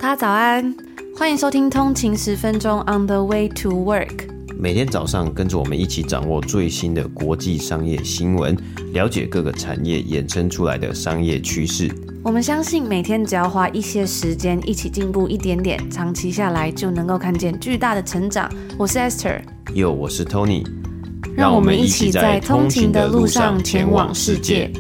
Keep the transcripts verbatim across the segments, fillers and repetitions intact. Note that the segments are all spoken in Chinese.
大家早安，欢迎收听通勤十分钟 On the way to work。 每天早上跟着我们一起掌握最新的国际商业新闻，了解各个产业衍生出来的商业趋势。 我们相信每天只要花一些时间一起进步一点点，长期下来就能够看见巨大的成长。我是 Esther， 哟，我是 Tony， 让我们一起在通勤的路上前往世界。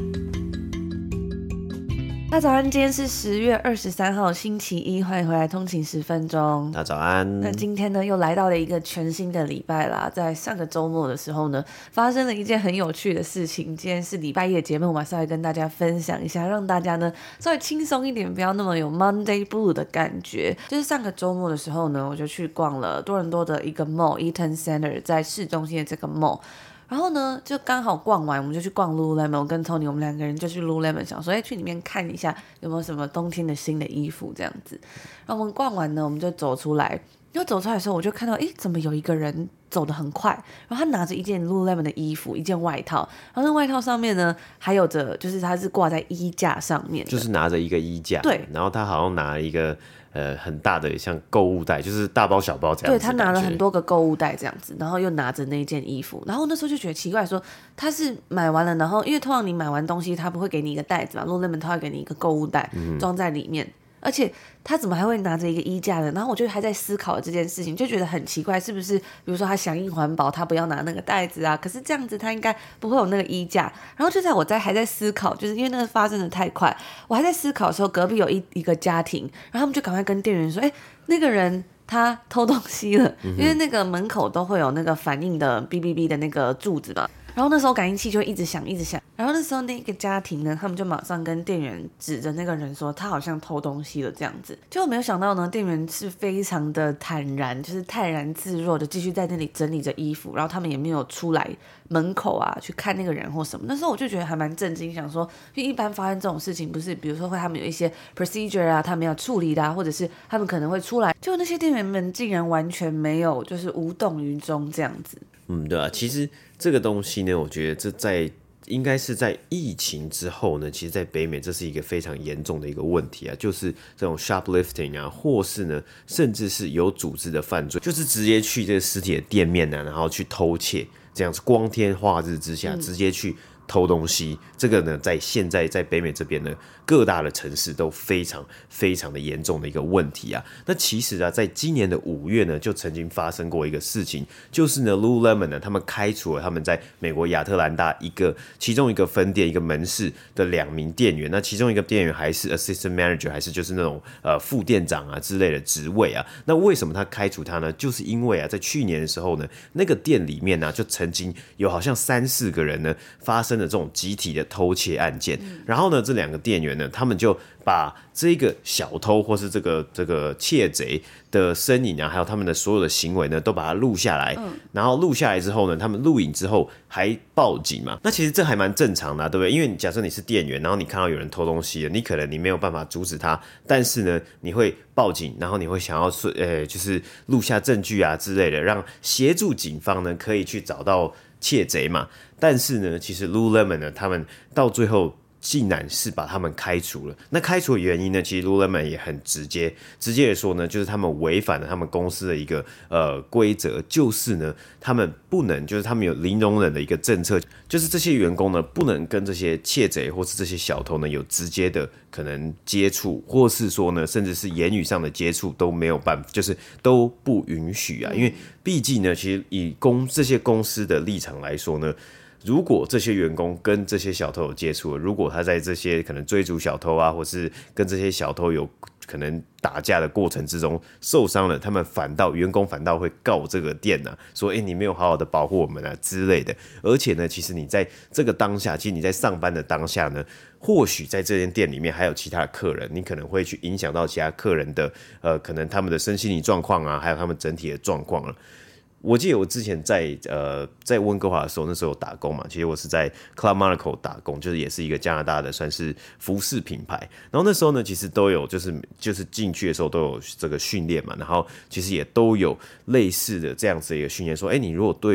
大家早安，今天是十月二十三号星期一，欢迎回来通勤十分钟。 大家早安。 那今天呢又来到了一个全新的礼拜啦，在上个周末的时候呢发生了一件很有趣的事情。今天是礼拜一的节目，我马上来跟大家分享一下，让大家呢稍微轻松一点，不要那么有 Monday Blue 的感觉。就是上个周末的时候呢，我就去逛了多伦多的一个 mall Eaton Center， 在市中心的这个 mall。然后呢，就刚好逛完，我们就去逛 Lululemon。我跟 Tony 我们两个人就去 Lululemon， 想说，哎，去里面看一下有没有什么冬天的新的衣服这样子。然后我们逛完呢，我们就走出来。就走出来的时候，我就看到，哎，怎么有一个人走得很快？然后他拿着一件 Lululemon 的衣服，一件外套。然后那外套上面呢，还有着，就是他是挂在衣架上面的， 就是拿着一个衣架。 对。 然后他好像拿了一个。呃，很大的像购物袋，就是大包小包这样子。 对，他拿了很多个购物袋这样子，然后又拿着那件衣服，然后那时候就觉得奇怪说，说他是买完了，然后因为通常你买完东西，他不会给你一个袋子嘛 ，Lululemon 他会给你一个购物袋装在里面。嗯，而且他怎么还会拿着一个衣架呢？然后我就还在思考这件事情，就觉得很奇怪，是不是比如说他响应环保，他不要拿那个袋子啊？可是这样子他应该不会有那个衣架。然后就在我在还在思考，就是因为那个发生的太快，我还在思考的时候，隔壁有一一个家庭，然后他们就赶快跟店员说：“哎，那个人他偷东西了。嗯”因为那个门口都会有那个反应的哔哔哔的那个柱子嘛。然后那时候感应器就一直响一直响，然后那时候那个家庭呢，他们就马上跟店员指着那个人说他好像偷东西了这样子。结果没有想到呢，店员是非常的坦然，就是泰然自若的继续在那里整理着衣服，然后他们也没有出来门口啊去看那个人或什么。那时候我就觉得还蛮震惊，想说因为一般发生这种事情不是比如说会他们有一些 procedure 啊，他们要处理的啊，或者是他们可能会出来，就那些店员们竟然完全没有，就是无动于衷这样子。 嗯，对啊，其实这个东西呢，我觉得这在应该是在疫情之后呢，其实在北美这是一个非常严重的一个问题啊，就是这种 shoplifting 啊，或是呢，甚至是有组织的犯罪，就是直接去这个实体的店面啊，然后去偷窃，这样子光天化日之下，直接去偷东西，这个呢，在现在在北美这边呢，各大的城市都非常非常的严重的一个问题啊。那其实啊，在今年的五月呢，就曾经发生过一个事情，就是呢 ，Lululemon 呢，他们开除了他们在美国亚特兰大一个其中一个分店一个门市的两名店员，那其中一个店员还是 assistant manager， 还是就是那种呃副店长啊之类的职位啊。那为什么他开除他呢？就是因为啊，在去年的时候呢，那个店里面呢、啊，就曾经有好像三四个人呢发生了这种集体的偷窃案件，嗯、然后呢，这两个店员呢，他们就把这个小偷或是这个这个窃贼的身影啊，还有他们的所有的行为呢，都把它录下来。嗯、然后录下来之后呢，他们录影之后还报警嘛。那其实这还蛮正常的、啊，对不对？因为你假设你是店员，然后你看到有人偷东西了，你可能你没有办法阻止他，但是呢，你会报警，然后你会想要呃，就是录下证据啊之类的，让协助警方呢可以去找到窃贼嘛。但是呢，其实 Lululemon 呢，他们到最后竟然是把他们开除了。那开除的原因呢，其实 Lululemon 也很直接，直接的说呢，就是他们违反了他们公司的一个呃规则，就是呢，他们不能，就是他们有零容忍的一个政策，就是这些员工呢不能跟这些窃贼或是这些小偷呢有直接的可能接触，或是说呢，甚至是言语上的接触都没有办法，就是都不允许啊。因为毕竟呢，其实以公这些公司的立场来说呢。如果这些员工跟这些小偷有接触了，如果他在这些可能追逐小偷啊，或是跟这些小偷有可能打架的过程之中受伤了，他们反倒员工反倒会告这个店啊，说哎、欸、你没有好好的保护我们啊之类的。而且呢，其实你在这个当下，其实你在上班的当下呢，或许在这间店里面还有其他的客人，你可能会去影响到其他客人的呃可能他们的身心理状况啊，还有他们整体的状况了。我记得我之前在呃在温哥华的时候，那时候有打工嘛，其实我是在 Club Monaco 打工，就是也是一个加拿大的算是服饰品牌。然后那时候呢，其实都有就是就是进去的时候都有这个训练嘛，然后其实也都有类似的这样子的一个训练，说，哎，你如果对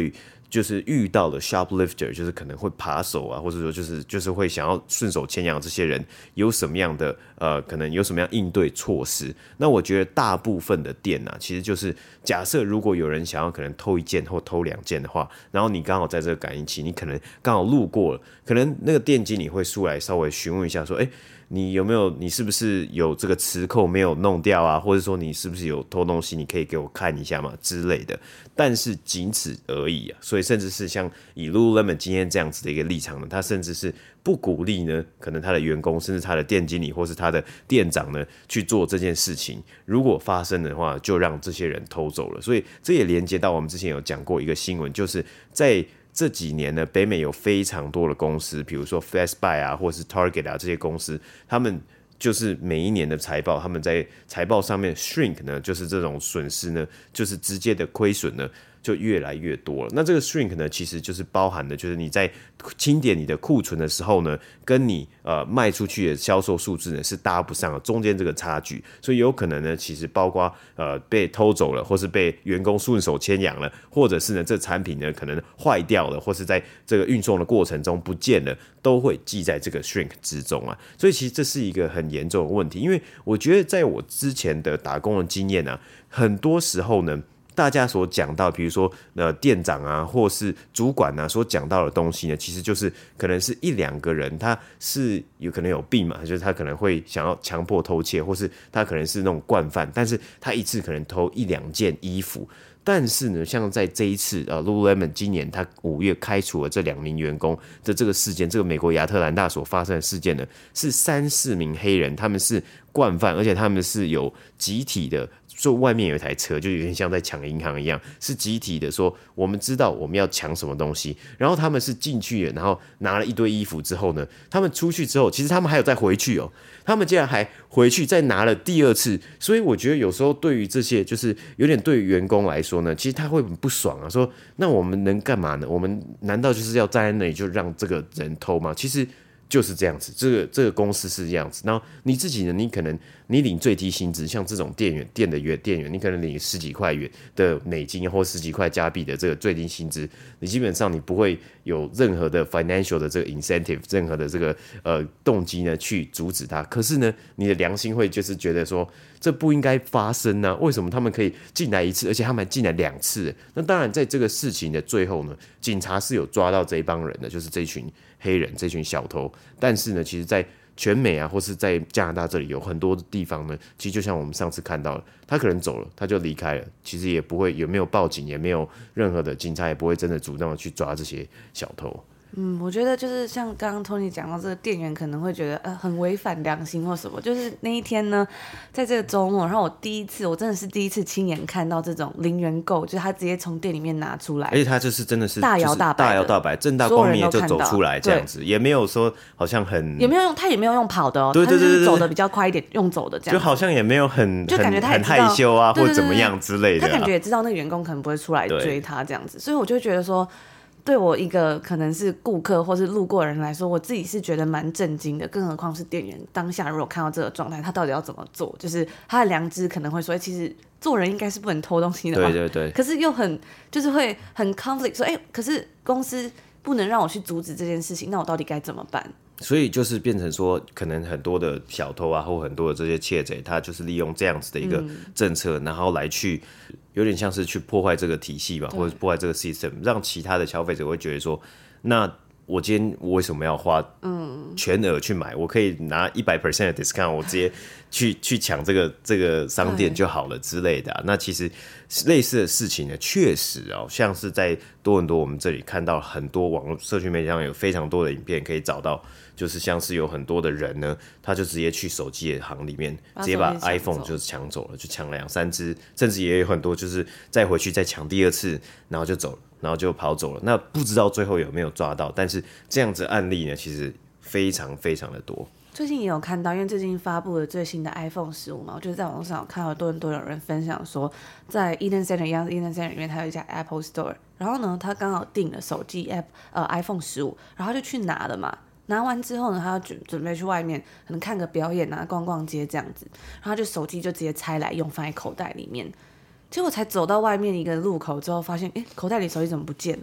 就是遇到了 shoplifter， 就是可能会扒手啊，或者说就是就是会想要顺手牵羊这些人，有什么样的呃，可能有什么样应对措施？那我觉得大部分的店啊，其实就是假设如果有人想要可能偷一件或偷两件的话，然后你刚好在这个感应器，你可能刚好路过了，可能那个店经理会出来稍微询问一下，说，哎。你有没有？你是不是有这个磁扣没有弄掉啊？或者说你是不是有偷东西？你可以给我看一下嘛之类的。但是仅此而已啊。所以甚至是像以 Lululemon 今天这样子的一个立场呢，他甚至是不鼓励呢，可能他的员工甚至他的店经理或是他的店长呢去做这件事情。如果发生的话，就让这些人偷走了。所以这也连接到我们之前有讲过一个新闻，就是在这几年呢，北美有非常多的公司，比如说 Best Buy 啊，或是 Target 啊这些公司，他们就是每一年的财报，他们在财报上面 shrink 呢，就是这种损失呢，就是直接的亏损呢，就越来越多了。那这个 shrink 呢，其实就是包含的，就是你在清点你的库存的时候呢，跟你呃卖出去的销售数字呢是搭不上的，中间这个差距，所以有可能呢，其实包括呃被偷走了，或是被员工顺手牵羊了，或者是呢这产品呢可能坏掉了，或是在这个运送的过程中不见了，都会记在这个 shrink 之中啊。所以其实这是一个很严重的问题，因为我觉得在我之前的打工的经验啊，很多时候呢。大家所讲到，比如说呃店长啊，或是主管啊，所讲到的东西呢，其实就是可能是一两个人，他是有可能有病嘛，就是他可能会想要强迫偷窃，或是他可能是那种惯犯，但是他一次可能偷一两件衣服。但是呢，像在这一次呃 Lululemon 今年他五月开除了这两名员工的这个事件，这个美国亚特兰大所发生的事件呢，是三四名黑人，他们是惯犯，而且他们是有集体的。说外面有一台车，就有点像在抢银行一样，是集体的说，我们知道我们要抢什么东西，然后他们是进去了，然后拿了一堆衣服之后呢，他们出去之后，其实他们还有再回去哦，他们竟然还回去再拿了第二次，所以我觉得有时候对于这些就是有点对于员工来说呢，其实他会很不爽啊，说那我们能干嘛呢？我们难道就是要站在那里就让这个人偷吗？其实。就是这样子，这个这个公司是这样子。然后你自己呢？你可能你领最低薪资，像这种店员店的员店员，你可能领十几块元的美金或十几块加币的这个最低薪资，你基本上你不会有任何的 financial 的这个 incentive， 任何的这个呃动机呢去阻止他。可是呢，你的良心会就是觉得说这不应该发生啊？为什么他们可以进来一次，而且他们还进来两次？那当然，在这个事情的最后呢，警察是有抓到这一帮人的，就是这一群。黑人这群小偷，但是呢，其实，在全美啊，或是在加拿大这里有很多地方呢，其实就像我们上次看到了，他可能走了，他就离开了，其实也不会有没有报警，也没有任何的警察也不会真的主动的去抓这些小偷。 嗯，我觉得就是像刚刚 Tony 讲到，这个店员可能会觉得呃很违反良心或什么。就是那一天呢，在这个周末，然后我第一次，我真的是第一次亲眼看到这种零元购，就是他直接从店里面拿出来， 而且他就是真的是大摇大摆、 大摇大摆、正大光明的就走出来这样子，也没有说好像很也没有用，他也没有用跑的哦， 对对对对对， 他就是走的比较快一点，用走的这样， 就好像也没有很就感觉他也很害羞啊， 对对对对， 或怎么样之类的、啊， 他感觉也知道那个员工可能不会出来追他这样子，所以我就觉得说。对我一个可能是顾客或是路过的人来说，我自己是觉得蛮震惊的，更何况是店员当下如果看到这个状态，他到底要怎么做？就是他的良知可能会说，欸、其实做人应该是不能偷东西的嘛。 对对对。 可是又很就是会很 conflict， 说，哎、欸，可是公司不能让我去阻止这件事情，那我到底该怎么办？ 所以就是变成说，可能很多的小偷啊，或很多的这些窃贼，他就是利用这样子的一个政策，嗯、然后来去有点像是去破坏这个体系吧，或者破坏这个 system， 让其他的消费者会觉得说，那我今天我为什么要花全额去买？我可以拿一百 percent 的 discount， 我直接去去抢这个这个商店就好了之类的、啊。那其实类似的事情呢，确实哦，像是在多伦多我们这里看到很多网络社群媒体上有非常多的影片可以找到。就是像是有很多的人呢，他就直接去手机的行里面，直接把 iPhone 就抢走了，就抢了两三只，甚至也有很多就是再回去再抢第二次，然后就走了，然后就跑走了。那不知道最后有没有抓到，但是这样子案例呢，其实非常非常的多。 最近也有看到，因为最近发布了最新的 iPhone 十五嘛，我就是在网络上有看到多伦多有人分享说，在 Eden Center 一样 Eden Center 里面，它有一家 Apple Store， 然后呢，他刚好订了手机 App 呃 iPhone 十五，然后就去拿了嘛。拿完之后呢，他就准备去外面可能看个表演啊，逛逛街这样子，然后就手机就直接拆来用，放在口袋里面。结果才走到外面一个路口之后，发现哎，口袋里手机怎么不见了？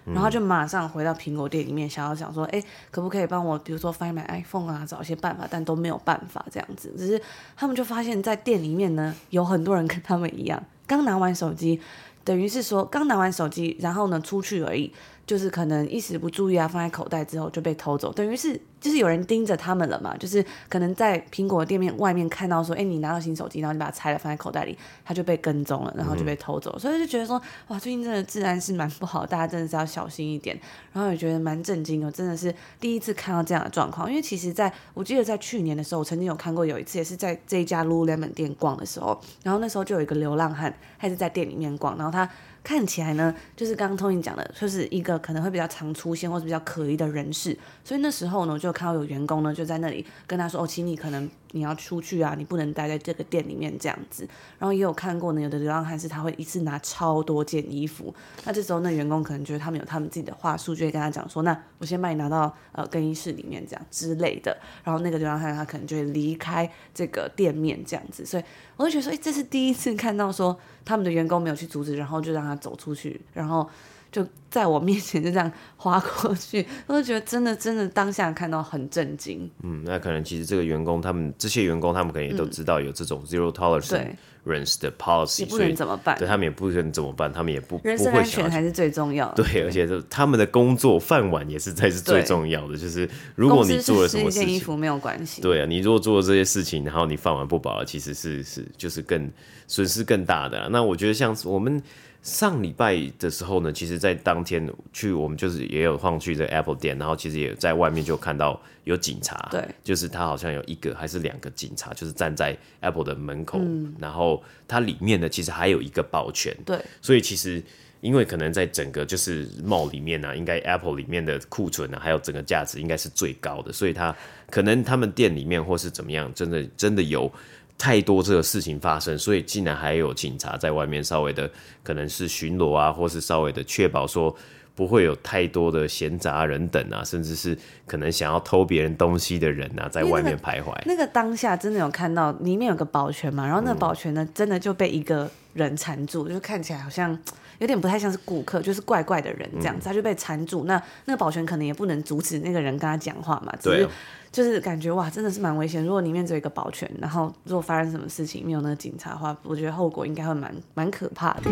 然后就马上回到苹果店里面，想要想说，哎，可不可以帮我，比如说 Find My iPhone 啊，找一些办法，但都没有办法这样子。只是他们就发现，在店里面呢，有很多人跟他们一样，刚拿完手机，等于是说刚拿完手机，然后呢出去而已。就是可能一时不注意啊，放在口袋之后就被偷走，等于是就是有人盯着他们了嘛，就是可能在苹果店面外面看到说，哎，你拿到新手机，然后你把它拆了放在口袋里，他就被跟踪了，然后就被偷走，嗯、所以就觉得说，哇，最近真的治安是蛮不好，大家真的是要小心一点。然后也觉得蛮震惊的，真的是第一次看到这样的状况，因为其实在我记得在去年的时候，我曾经有看过有一次也是在这一家 Lululemon 店逛的时候，然后那时候就有一个流浪汉，他是在店里面逛，然后他看起来呢，就是刚刚 Tony 讲的，就是一个可能会比较常出现或是比较可疑的人士，所以那时候呢，就看到有员工呢就在那里跟他说，哦，请你可能你要出去啊，你不能待在这个店里面这样子。然后也有看过呢，有的流浪汉是他会一次拿超多件衣服，那这时候那员工可能觉得他们有他们自己的话术，就会跟他讲说，那我先把你拿到呃更衣室里面这样之类的。然后那个流浪汉他可能就会离开这个店面这样子，所以我就觉得说，哎，这是第一次看到说他们的员工没有去阻止，然后就让他走出去，然后就在我面前就这样划过去，我就觉得真的真的当下看到很震惊。 嗯，那可能其实这个员工他们这些员工他们可能也都知道有这种 zero tolerance 的 policy，、嗯、 也不能怎么办， 对他们也不能怎么办，他们也不人身安全还是最重要的。 对，而且他们的工作饭碗也是才是最重要的，就是如果你做了什么事情， 公司是一件衣服没有关系。 对啊，你如果做了这些事情，然后你饭碗不保了，其实是是就是更损失更大的啦。那我觉得像我们上礼拜的时候呢，其实在当天去我们就是也有晃去这 Apple 店，然后其实也在外面就看到有警察， 对， 就是他好像有一个还是两个警察，就是站在 Apple 的门口，嗯、然后它里面呢其实还有一个保全， 对， 所以其实因为可能在整个就是 mall 里面啊，应该 Apple 里面的库存啊，还有整个价值应该是最高的，所以他可能他们店里面或是怎么样，真的真的有太多这个事情发生，所以竟然还有警察在外面稍微的可能是巡逻啊，或是稍微的确保说不会有太多的闲杂人等啊，甚至是可能想要偷别人东西的人啊，在外面徘徊。 那个、那个当下真的有看到里面有个保全嘛，然后那个保全呢，真的就被一个人缠住，就看起来好像有点不太像是顾客，就是怪怪的人这样子，他就被缠住。那那个保全可能也不能阻止那个人跟他讲话嘛，只是就是感觉哇，真的是蛮危险。如果里面只有一个保全，然后如果发生什么事情没有那个警察的话，我觉得后果应该会蛮蛮可怕的。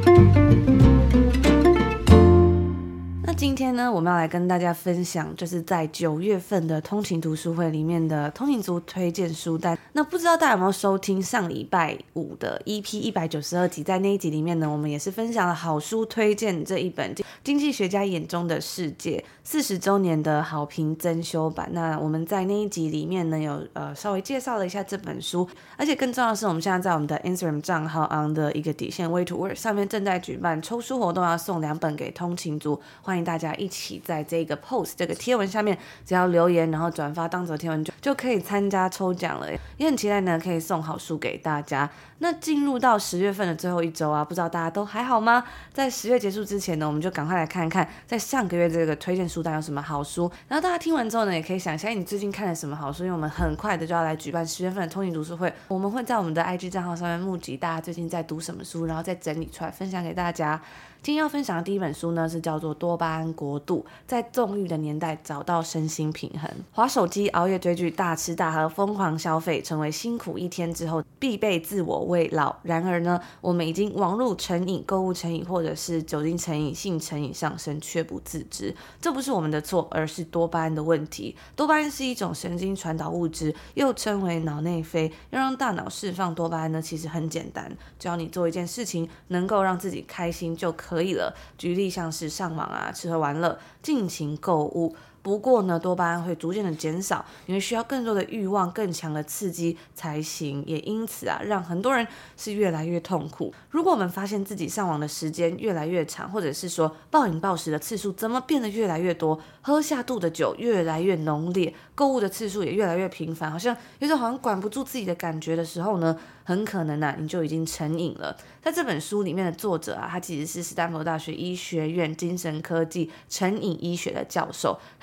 那今天呢，我们要来跟大家分享，就是在九月份的通勤读书会里面的通勤族推荐书单。那不知道大家有没有收听上礼拜五的 E P 一百九十二集，在那一集里面呢，我们也是分享了好书推荐这一本《经济学家眼中的世界》四十周年的好评增修版。那我们在那一集里面呢，有呃稍微介绍了一下这本书，而且更重要的是，我们现在在我们的 Instagram 账号 on 的一个底线 Way to Work 上面正在举办抽书活动，要送两本给通勤族，欢迎大家一起在这个 post 这个贴文下面，只要留言然后转发当则贴文就就可以参加抽奖了，也很期待呢可以送好书给大家。那进入到十月份的最后一周啊，不知道大家都还好吗？在十月结束之前呢，我们就赶快来看看在上个月这个推荐书单有什么好书，然后大家听完之后呢，也可以想一下你最近看了什么好书，因为我们很快的就要来举办十月份的通勤读书会，我们会在我们的 I G 账号上面募集大家最近在读什么书，然后再整理出来分享给大家。今天要分享的第一本书呢，是叫做《多巴胺国度：在纵欲的年代找到身心平衡》。滑手机、熬夜追剧、大吃大喝、疯狂消费，成为辛苦一天之后必备自我慰劳。然而呢，我们已经网络成瘾、购物成瘾，或者是酒精成瘾、性成瘾上升，却不自知。这不是我们的错，而是多巴胺的问题。多巴胺是一种神经传导物质，又称为脑内啡。要让大脑释放多巴胺呢，其实很简单，只要你做一件事情能够让自己开心就可以。可以了，举例像是上网啊、吃喝玩乐、尽情购物。不过呢，多巴胺会逐渐的减少，你会需要更多的欲望、更强的刺激才行，也因此啊，让很多人是越来越痛苦。如果我们发现自己上网的时间越来越长，或者是说暴饮暴食的次数怎么变得越来越多，喝下肚的酒越来越浓烈，购物的次数也越来越频繁，好像有种好像管不住自己的感觉的时候呢，很可能啊，你就已经成瘾了。在这本书里面的作者啊，他其实是斯坦福大学医学院精神科技成瘾医学的教授，他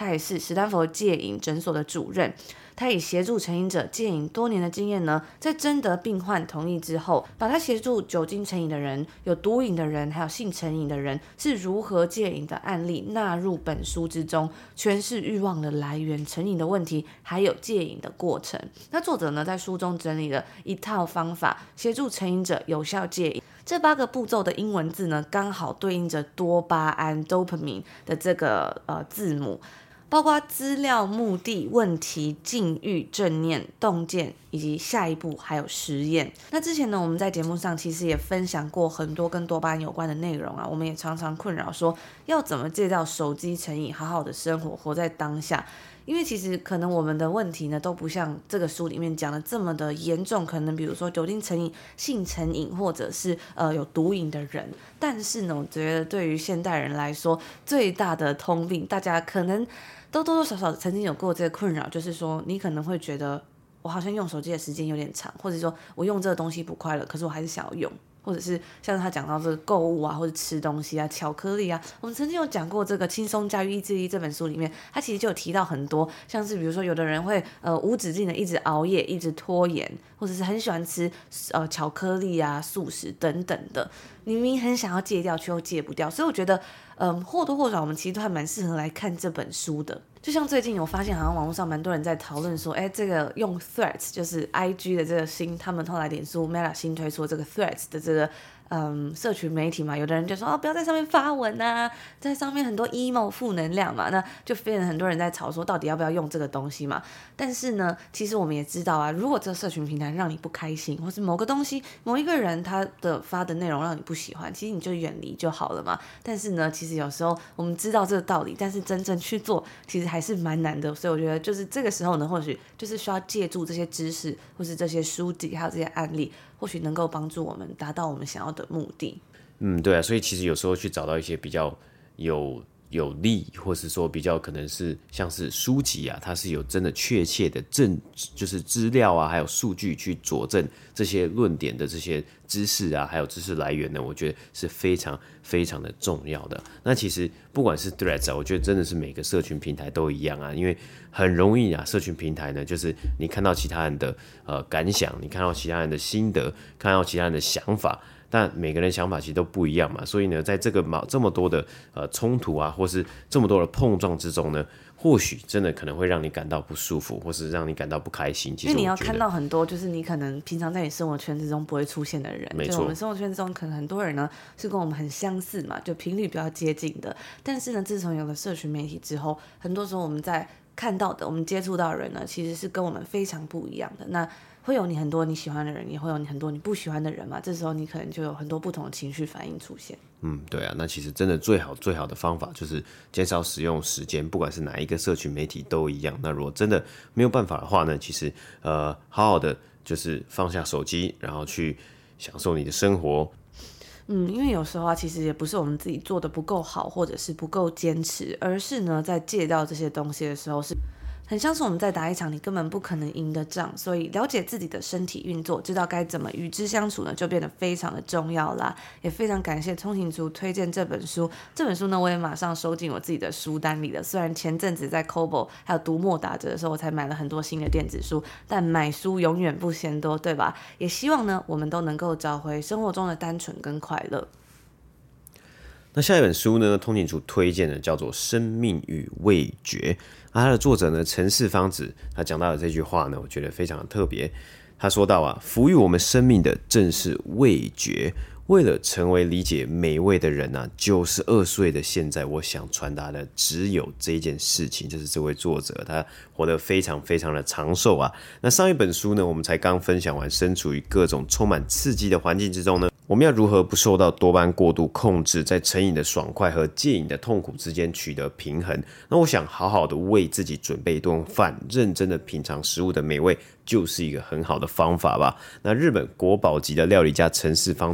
也是史丹佛戒瘾诊所的主任。他以协助成瘾者戒瘾多年的经验呢，在征得病患同意之后，把他协助酒精成瘾的人、有毒瘾的人，还有性成瘾的人是如何戒瘾的案例纳入本书之中，诠释欲望的来源、成瘾的问题，还有戒瘾的过程。那作者呢，在书中整理了一套方法，协助成瘾者有效戒瘾。这八个步骤的英文字呢，刚好对应着多巴胺 dopamine 的这个呃字母。包括资料、目的、问题、境遇、正念、洞见以及下一步还有实验。那之前呢，我们在节目上其实也分享过很多跟多巴胺有关的内容啊，我们也常常困扰说要怎么戒掉手机成瘾，好好的生活，活在当下。因为其实可能我们的问题呢都不像这个书里面讲的这么的严重，可能比如说酒精成瘾、性成瘾，或者是呃有毒瘾的人。但是呢，我觉得对于现代人来说，最大的通病，大家可能都多多少少曾经有过这个困扰，就是说你可能会觉得我好像用手机的时间有点长，或者说我用这个东西不快乐，可是我还是想要用。或者是像他讲到这个购物啊，或者吃东西啊、巧克力啊，我们曾经有讲过这个《轻松驾驭意志力》这本书里面，他其实就有提到很多，像是比如说有的人会呃无止境的一直熬夜、一直拖延，或者是很喜欢吃呃巧克力啊、素食等等的，你明明很想要戒掉，却又戒不掉。所以我觉得，嗯、呃，或多或少我们其实都还蛮适合来看这本书的。就像最近我发现，好像网络上蛮多人在讨论说，哎，这个用 Threads 就是 I G 的这个新，他们后来脸书 Meta 新推出这个 Threads 的这个嗯社群媒体嘛，有的人就说哦，不要在上面发文啊，在上面很多 emo 负能量嘛，那就非常很多人在吵说到底要不要用这个东西嘛。但是呢，其实我们也知道啊，如果这个社群平台让你不开心，或是某个东西、某一个人他的发的内容让你不喜欢，其实你就远离就好了嘛。但是呢，其实有时候我们知道这个道理，但是真正去做，其实还是蛮难的。所以我觉得就是这个时候呢，或许就是需要借助这些知识，或是这些书籍，还有这些案例，或许能够帮助我们达到我们想要的目的。 嗯，对啊，所以其实有时候去找到一些比较有有利，或是说比较可能是像是书籍啊，它是有真的确切的证，就是资料啊，还有数据去佐证这些论点的这些知识啊，还有知识来源呢，我觉得是非常非常的重要的。那其实不管是 Threads 啊，我觉得真的是每个社群平台都一样啊，因为很容易啊，社群平台呢，就是你看到其他人的呃感想，你看到其他人的心得，看到其他人的想法。但每个人想法其实都不一样嘛，所以呢，在这个这么多的呃冲突啊，或是这么多的碰撞之中呢，或许真的可能会让你感到不舒服，或是让你感到不开心。其实因为你要看到很多，就是你可能平常在你生活圈之中不会出现的人。 没错， 就我们生活圈之中可能很多人呢是跟我们很相似嘛，就频率比较接近的。但是呢，自从有了社群媒体之后，很多时候我们在看到的、我们接触到的人呢，其实是跟我们非常不一样的。那会有你很多你喜欢的人，也会有你很多你不喜欢的人嘛。这时候你可能就有很多不同的情绪反应出现。 嗯，对啊，那其实真的最好最好的方法就是减少使用时间，不管是哪一个社群媒体都一样。那如果真的没有办法的话呢，其实呃，好好的就是放下手机，然后去享受你的生活。 嗯，因为有时候啊，其实也不是我们自己做的不够好，或者是不够坚持，而是呢，在戒掉这些东西的时候是。很像是我们在打一场你根本不可能赢的仗，所以了解自己的身体运作，知道该怎么与之相处呢，就变得非常的重要啦。也非常感谢通勤族推荐这本书，这本书呢，我也马上收进我自己的书单里了。虽然前阵子在 Kobo 还有读墨打折的时候，我才买了很多新的电子书，但买书永远不嫌多，对吧？也希望呢，我们都能够找回生活中的单纯跟快乐。 那下一本书呢，通勤族推荐的叫做《生命与味觉》啊，它的作者呢陈世芳子，他讲到的这句话呢，我觉得非常的特别。他说到啊，赋予我们生命的正是味觉。为了成为理解美味的人啊，九十二岁的现在，我想传达的只有这件事情。这是这位作者，他活得非常非常的长寿啊。那上一本书呢，我们才刚分享完，身处于各种充满刺激的环境之中呢，我们要如何不受到多巴胺过度控制，在成瘾的爽快和戒瘾的痛苦之间取得平衡？那我想好好的为自己准备一顿饭，认真的品尝食物的美味，就是一个很好的方法吧。那日本国宝级的料理家陈世芳子呢，他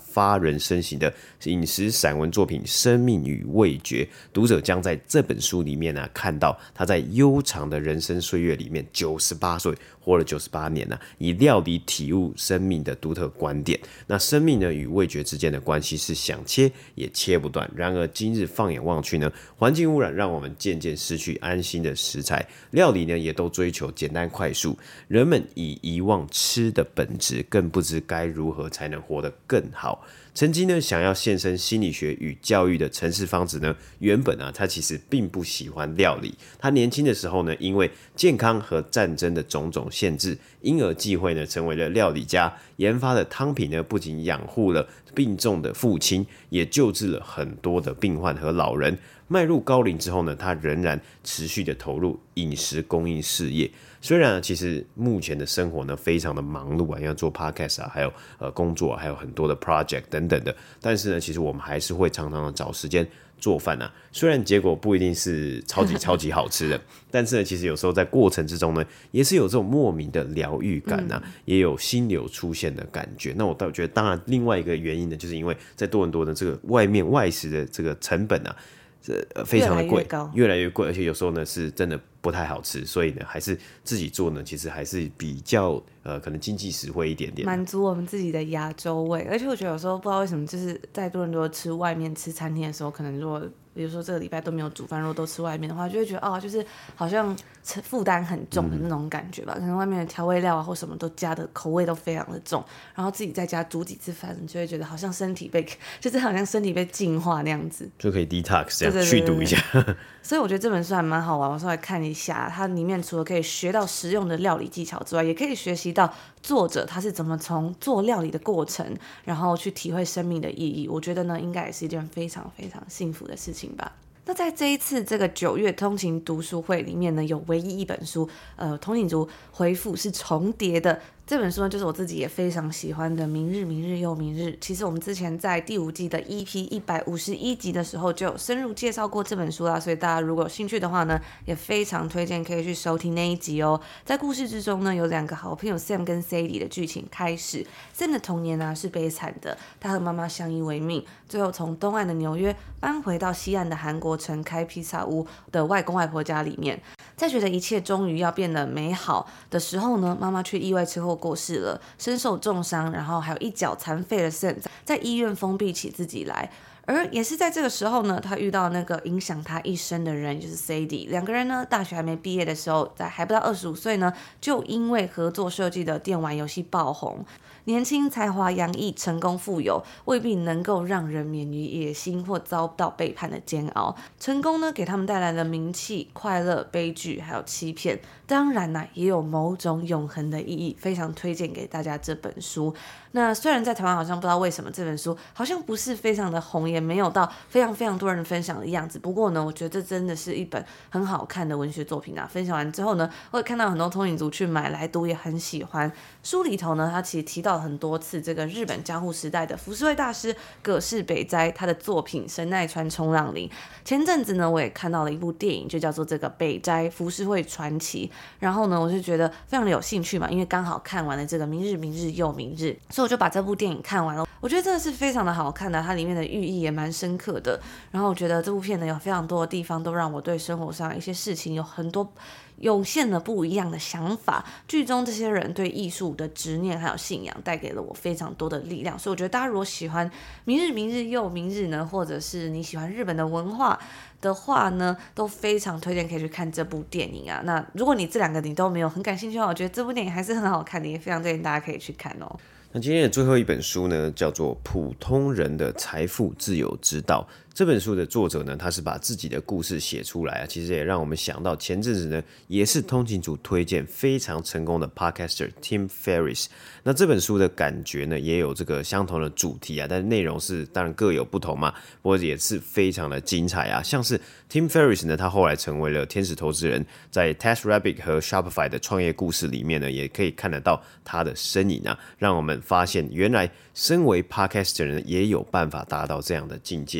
发人深省的饮食散文作品《生命与味觉》，读者将在这本书里面呢、啊、看到他在悠长的人生岁月里面，九十八岁活了九十八年呢、啊，以料理体悟生命的独特观点。那生命呢与味觉之间的关系是想切也切不断。然而今日放眼望去呢，环境污染让我们渐渐失去安心的食材，料理呢也都追求简单快速，人们已遗忘吃的本质，更不知该如何才能活得更好。曾经呢想要献身心理学与教育的陈氏芳子呢，原本啊他其实并不喜欢料理。他年轻的时候呢，因为健康和战争的种种限制，因而际会呢成为了料理家，研发的汤品呢不仅养护了病重的父亲，也救治了很多的病患和老人。迈入高龄之后呢，他仍然持续的投入饮食供应事业。虽然、啊、其实目前的生活呢非常的忙碌啊，要做 podcast 啊，还有呃工作、啊，还有很多的 project 等等的，但是呢，其实我们还是会常常的找时间做饭啊。虽然结果不一定是超级超级好吃的，但是呢，其实有时候在过程之中呢，也是有这种莫名的疗愈感啊、嗯，也有心流出现的感觉。那我倒觉得，当然另外一个原因呢，就是因为在多伦多的这个外面外食的这个成本啊。呃，非常的贵，越来越贵，而且有时候呢是真的不太好吃，所以呢，还是自己做呢，其实还是比较呃，可能经济实惠一点点， 满足我们自己的亚洲味。而且我觉得有时候不知道为什么，就是在多伦多吃外面吃餐厅的时候，可能如果比如说这个礼拜都没有煮饭，如果都吃外面的话，就会觉得哦，就是好像负担很重的那种感觉吧。嗯、可能外面的调味料啊或什么都加的口味都非常的重，然后自己在家煮几次饭，你就会觉得好像身体被，就是好像身体被净化那样子， 就可以 detox 这样去毒一下。 所以我觉得这本书还蛮好玩，我稍微看一下，它里面除了可以学到实用的料理技巧之外，也可以学习到作者他是怎么从做料理的过程，然后去体会生命的意义。我觉得呢，应该也是一件非常非常幸福的事情吧。那在这一次这个九月通勤读书会里面呢，有唯一一本书，呃，通勤族回复是重叠的。这本书呢，就是我自己也非常喜欢的《明日，明日又明日》。其实我们之前在第五季的 E P 一百五十一集的时候就有深入介绍过这本书啦，所以大家如果有兴趣的话呢，也非常推荐可以去收听那一集哦。在故事之中呢，有两个好朋友 Sam 跟 Sadie 的剧情开始。Sam 的童年呢是悲惨的，他和妈妈相依为命，最后从东岸的纽约搬回到西岸的韩国城开披萨屋的外公外婆家里面。在觉得一切终于要变得美好的时候呢，妈妈却意外车祸过世了，身受重伤，然后还有一脚残废的 Sam 在医院封闭起自己来。而也是在这个时候呢，他遇到那个影响他一生的人，就是 Sadie。两个人呢，大学还没毕业的时候，在还不到二十五岁呢，就因为合作设计的电玩游戏爆红。年轻才华洋溢，成功富有，未必能够让人免于野心或遭到背叛的煎熬。成功呢，给他们带来了名气、快乐、悲剧，还有欺骗。当然呢，也有某种永恒的意义。非常推荐给大家这本书。那虽然在台湾好像不知道为什么这本书好像不是非常的红，也没有到非常非常多人分享的样子。不过呢，我觉得这真的是一本很好看的文学作品啊。分享完之后呢，我也看到很多通勤族去买来读，也很喜欢。书里头呢，他其实提到很多次这个日本江户时代的浮世绘大师葛饰北斋他的作品神奈川冲浪林。前阵子呢，我也看到了一部电影，就叫做这个北斋浮世绘传奇。然后呢，我就觉得非常的有兴趣嘛，因为刚好看完了这个明日明日又明日，所以我就把这部电影看完了。我觉得真的是非常的好看的，它里面的寓意也蛮深刻的。然后我觉得这部片呢，有非常多的地方都让我对生活上一些事情有很多涌现了不一样的想法。剧中这些人对艺术的执念还有信仰带给了我非常多的力量，所以我觉得大家如果喜欢明日明日又明日呢，或者是你喜欢日本的文化的话呢，都非常推荐可以去看这部电影啊。那如果你这两个你都没有很感兴趣的话，我觉得这部电影还是很好看的，也非常推荐大家可以去看哦。 那今天的最后一本书呢，叫做《普通人的财富自由之道》。这本书的作者呢，他是把自己的故事写出来啊，其实也让我们想到前阵子呢，也是通勤族推荐非常成功的 podcaster Tim Ferriss。那这本书的感觉呢，也有这个相同的主题啊，但是内容是当然各有不同嘛，不过也是非常的精彩啊。像是 Tim Ferriss 呢，他后来成为了天使投资人，在 TaskRabbit 和 Shopify 的创业故事里面呢，也可以看得到他的身影啊，让我们发现原来身为 podcaster 呢，也有办法达到这样的境界。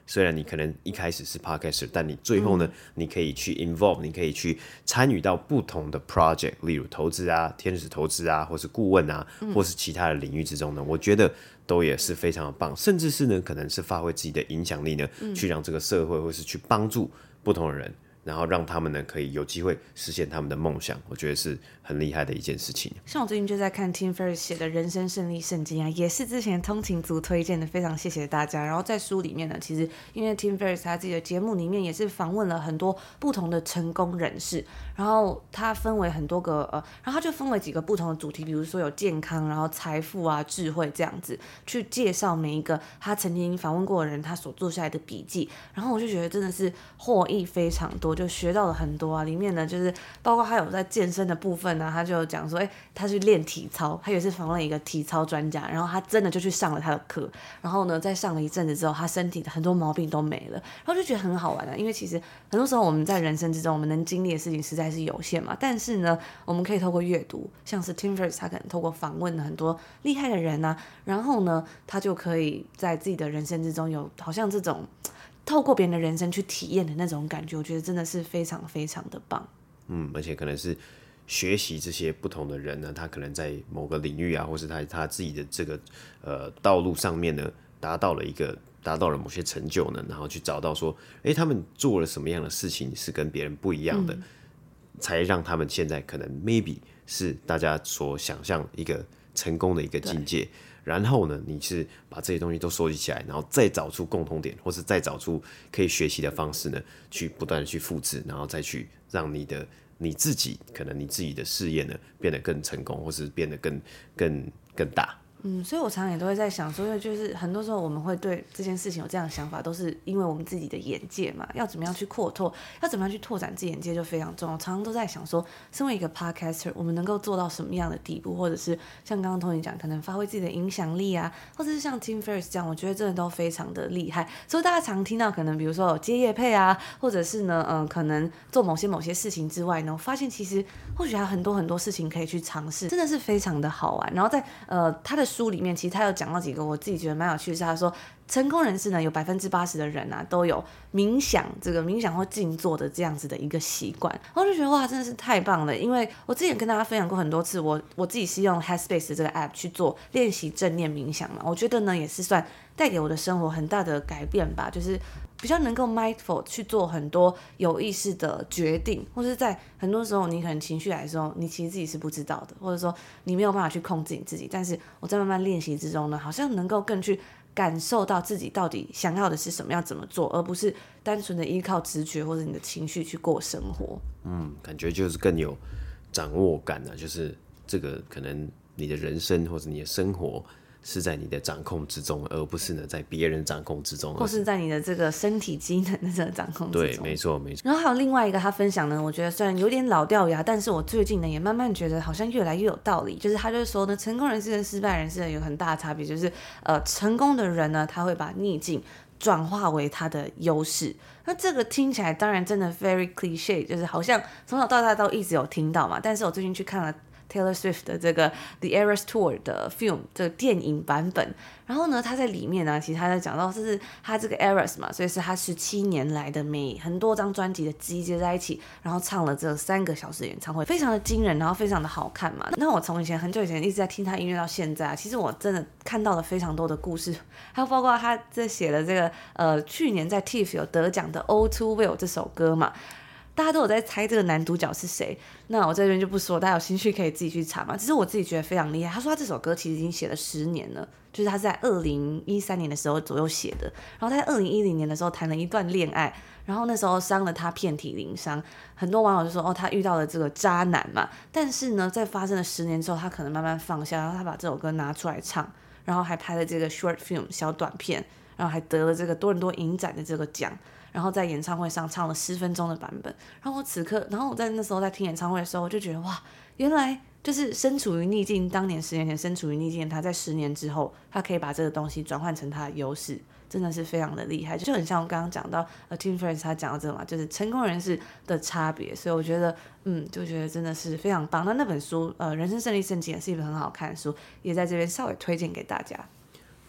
虽然你可能一开始是 podcaster， 但你最后呢，嗯、你可以去 involve， 你可以去参与到不同的 project， 例如投资啊、天使投资啊，或是顾问啊，嗯、或是其他的领域之中呢，我觉得都也是非常的棒，甚至是呢，可能是发挥自己的影响力呢，嗯、去让这个社会或是去帮助不同的人。然后让他们呢可以有机会实现他们的梦想，我觉得是很厉害的一件事情。 像我最近就在看 Tim Ferriss 写的人生胜利圣经啊，也是之前通勤族推荐的，非常谢谢大家。然后在书里面呢，其实因为 Tim Ferriss 他自己的节目里面也是访问了很多不同的成功人士，然后他分为很多个呃，然后他就分为几个不同的主题，比如说有健康，然后财富啊、智慧这样子，去介绍每一个他曾经访问过的人他所做下来的笔记。然后我就觉得真的是获益非常多。就学到了很多啊，里面呢就是包括他有在健身的部分啊，他就讲说，哎、欸，他去练体操，他也是访问了一个体操专家，然后他真的就去上了他的课，然后呢，在上了一阵子之后，他身体的很多毛病都没了，然后就觉得很好玩啊，因为其实很多时候我们在人生之中，我们能经历的事情实在是有限嘛，但是呢，我们可以透过阅读，像是 Tim Ferriss 他可能透过访问很多厉害的人啊，然后呢，他就可以在自己的人生之中有好像这种。透过别人的人生去体验的那种感觉，我觉得真的是非常非常的棒。 嗯，而且可能是学习这些不同的人呢，他可能在某个领域啊，或是他他自己的这个呃道路上面呢，达到了一个达到了某些成就呢，然后去找到说，哎，他们做了什么样的事情是跟别人不一样的，嗯、才让他们现在可能 maybe 是大家所想象一个成功的一个境界。然后呢，你是把这些东西都收集起来，然后再找出共同点，或是再找出可以学习的方式呢，去不断的去复制，然后再去让你的你自己可能你自己的事业呢变得更成功，或是变得更更更大。 嗯，所以我常常也都会在想说，就是很多时候我们会对这件事情有这样的想法，都是因为我们自己的眼界嘛，要怎么样去扩拓，要怎么样去拓展自己眼界就非常重要。常常都在想说，身为一个 podcaster， 我们能够做到什么样的地步，或者是像刚刚 Tony 讲，可能发挥自己的影响力啊，或者是像 Tim Ferriss 这样，我觉得真的都非常的厉害。所以大家常听到可能比如说有接业配啊，或者是呢，嗯、呃，可能做某些某些事情之外呢，我发现其实或许还有很多很多事情可以去尝试，真的是非常的好玩。然后在呃他的书里面，其实他有讲到几个我自己觉得蛮有趣的是，他说成功人士呢有百分之八十的人啊都有冥想这个冥想或静坐的这样子的一个习惯，然后就觉得哇真的是太棒了，因为我之前跟大家分享过很多次，我我自己是用 Headspace 这个 app 去做练习正念冥想嘛，我觉得呢也是算带给我的生活很大的改变吧，就是比较能够 mindful 去做很多有意识的决定，或是在很多时候你可能情绪来的时候，你其实自己是不知道的，或者说你没有办法去控制你自己，但是我在慢慢练习之中呢，好像能够更去感受到自己到底想要的是什么，要怎么做，而不是单纯的依靠直觉或者你的情绪去过生活。 嗯，感觉就是更有掌握感啊，就是这个可能你的人生或者你的生活是在你的掌控之中，而不是呢在别人掌控之中， 或是在你的这个身体机能的这个掌控之中。 对，没错没错。 然后还有另外一个他分享呢，我觉得虽然有点老掉牙，但是我最近呢也慢慢觉得好像越来越有道理。就是他就是说呢，成功人士跟失败人士有很大的差别，就是呃，成功的人呢，他会把逆境转化为他的优势。那这个听起来当然真的 very cliche， 就是好像从小到大都一直有听到嘛。但是我最近去看了Taylor Swift 的这个 The Eras Tour 的 film 这个电影版本，然后呢，他在里面呢，其实他在讲到这是他这个 Eras 嘛，所以是他十七年来的每很多张专辑的集结在一起，然后唱了这三个小时的演唱会，非常的惊人，然后非常的好看嘛。那我从以前很久以前一直在听他音乐到现在，其实我真的看到了非常多的故事，还有包括他在写的这个呃去年在 T I F F 有得奖的 All Too Well 这首歌嘛。大家都有在猜这个男主角是谁，那我这边就不说，大家有兴趣可以自己去查嘛。只是我自己觉得非常厉害。他说他这首歌其实已经写了十年了，就是他在二零一三年的时候左右写的，然后他在二零一零年的时候谈了一段恋爱，然后那时候伤了他遍体鳞伤，很多网友就说哦他遇到了这个渣男嘛，但是呢在发生了十年之后，他可能慢慢放下，然后他把这首歌拿出来唱，然后还拍了这个 short film 小短片，然后还得了这个多伦多影展的这个奖。然后在演唱会上唱了十分钟的版本，然后我此刻，然后我在那时候在听演唱会的时候，我就觉得哇，原来就是身处于逆境，当年十年前身处于逆境，他在十年之后，他可以把这个东西转换成他的优势，真的是非常的厉害，就很像我刚刚讲到呃 Tim Ferriss 他讲到这个嘛，就是成功人士的差别，所以我觉得嗯，就觉得真的是非常棒。那那本书呃《人生胜利圣经》也是一本很好看的书，也在这边稍微推荐给大家。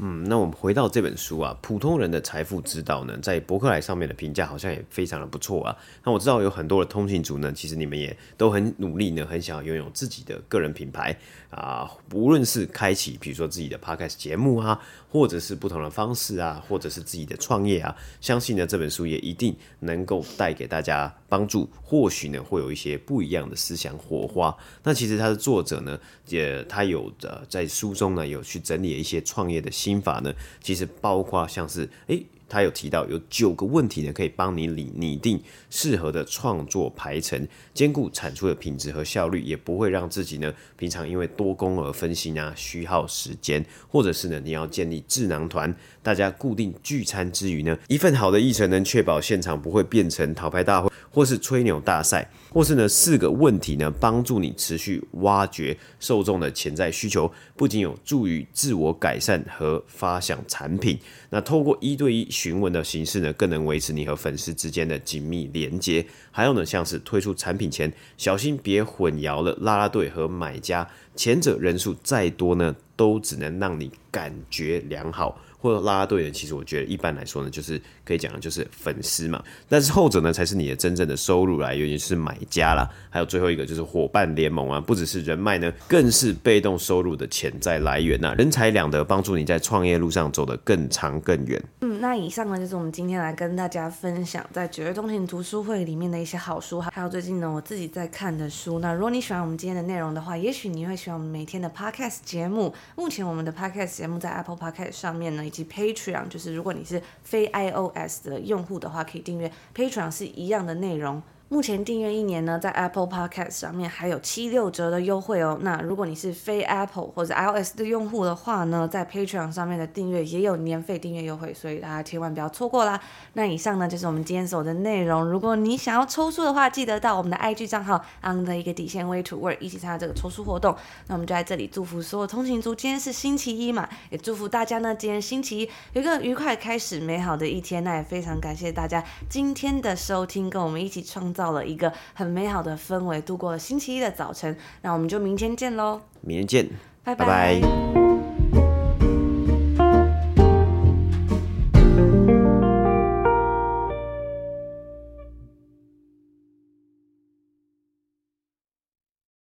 嗯，那我们回到这本书啊，普通人的财富之道呢，在博客来上面的评价好像也非常的不错啊。那我知道有很多的通勤族呢，其实你们也都很努力呢，很想要拥有自己的个人品牌啊，无论是开启比如说自己的 podcast 节目啊，或者是不同的方式啊，或者是自己的创业啊，相信呢这本书也一定能够带给大家帮助，或许呢会有一些不一样的思想火花。那其实他的作者呢，也他有呃在书中呢有去整理一些创业的心法呢，其实包括像是诶。他有提到有九个问题呢，可以帮你拟拟定适合的创作排程，兼顾产出的品质和效率，也不会让自己呢平常因为多工而分心啊，虚耗时间，或者是呢你要建立智囊团，大家固定聚餐之余呢，一份好的议程能确保现场不会变成讨拍大会，或是吹牛大赛，或是呢四个问题呢帮助你持续挖掘受众的潜在需求，不仅有助于自我改善和发想产品，那透过一对一询问的形式呢，更能维持你和粉丝之间的紧密连接。还有呢，像是推出产品前，小心别混淆了啦啦队和买家，前者人数再多呢，都只能让你感觉良好。或者啦啦队呢，其实我觉得一般来说呢，就是可以讲的就是粉丝嘛，但是后者呢才是你的真正的收入来源，也就是买家啦。还有最后一个就是伙伴联盟啊，不只是人脉呢，更是被动收入的潜在来源啊，人财两得，帮助你在创业路上走得更长更远。 嗯，那以上呢就是我们今天来跟大家分享在九月中庭读书会里面的一些好书，还有最近呢我自己在看的书。那如果你喜欢我们今天的内容的话，也许你会喜欢我们每天的 podcast 节目。目前我们的 podcast 节目在 Apple Podcast 上面呢，以及 Patreon， 就是如果你是非 iOS 的用户的话，可以订阅 Patreon 是一样的内容。目前订阅一年呢，在 Apple Podcast 上面还有七六折的优惠哦。那如果你是非 Apple 或者 iOS 的用户的话呢，在 Patreon 上面的订阅也有年费订阅优惠，所以大家千万不要错过啦。那以上呢就是我们今天所有的内容。如果你想要抽书的话，记得到我们的 I G 账号 on 的一个底线 way to work 一起参加这个抽书活动。那我们就在这里祝福所有通勤族，今天是星期一嘛，也祝福大家呢今天星期一有一个愉快开始美好的一天。那也非常感谢大家今天的收听，跟我们一起创造了一个很美好的氛围，度过了星期一的早晨。那我们就明天见咯， 明天见， 拜拜。 拜拜。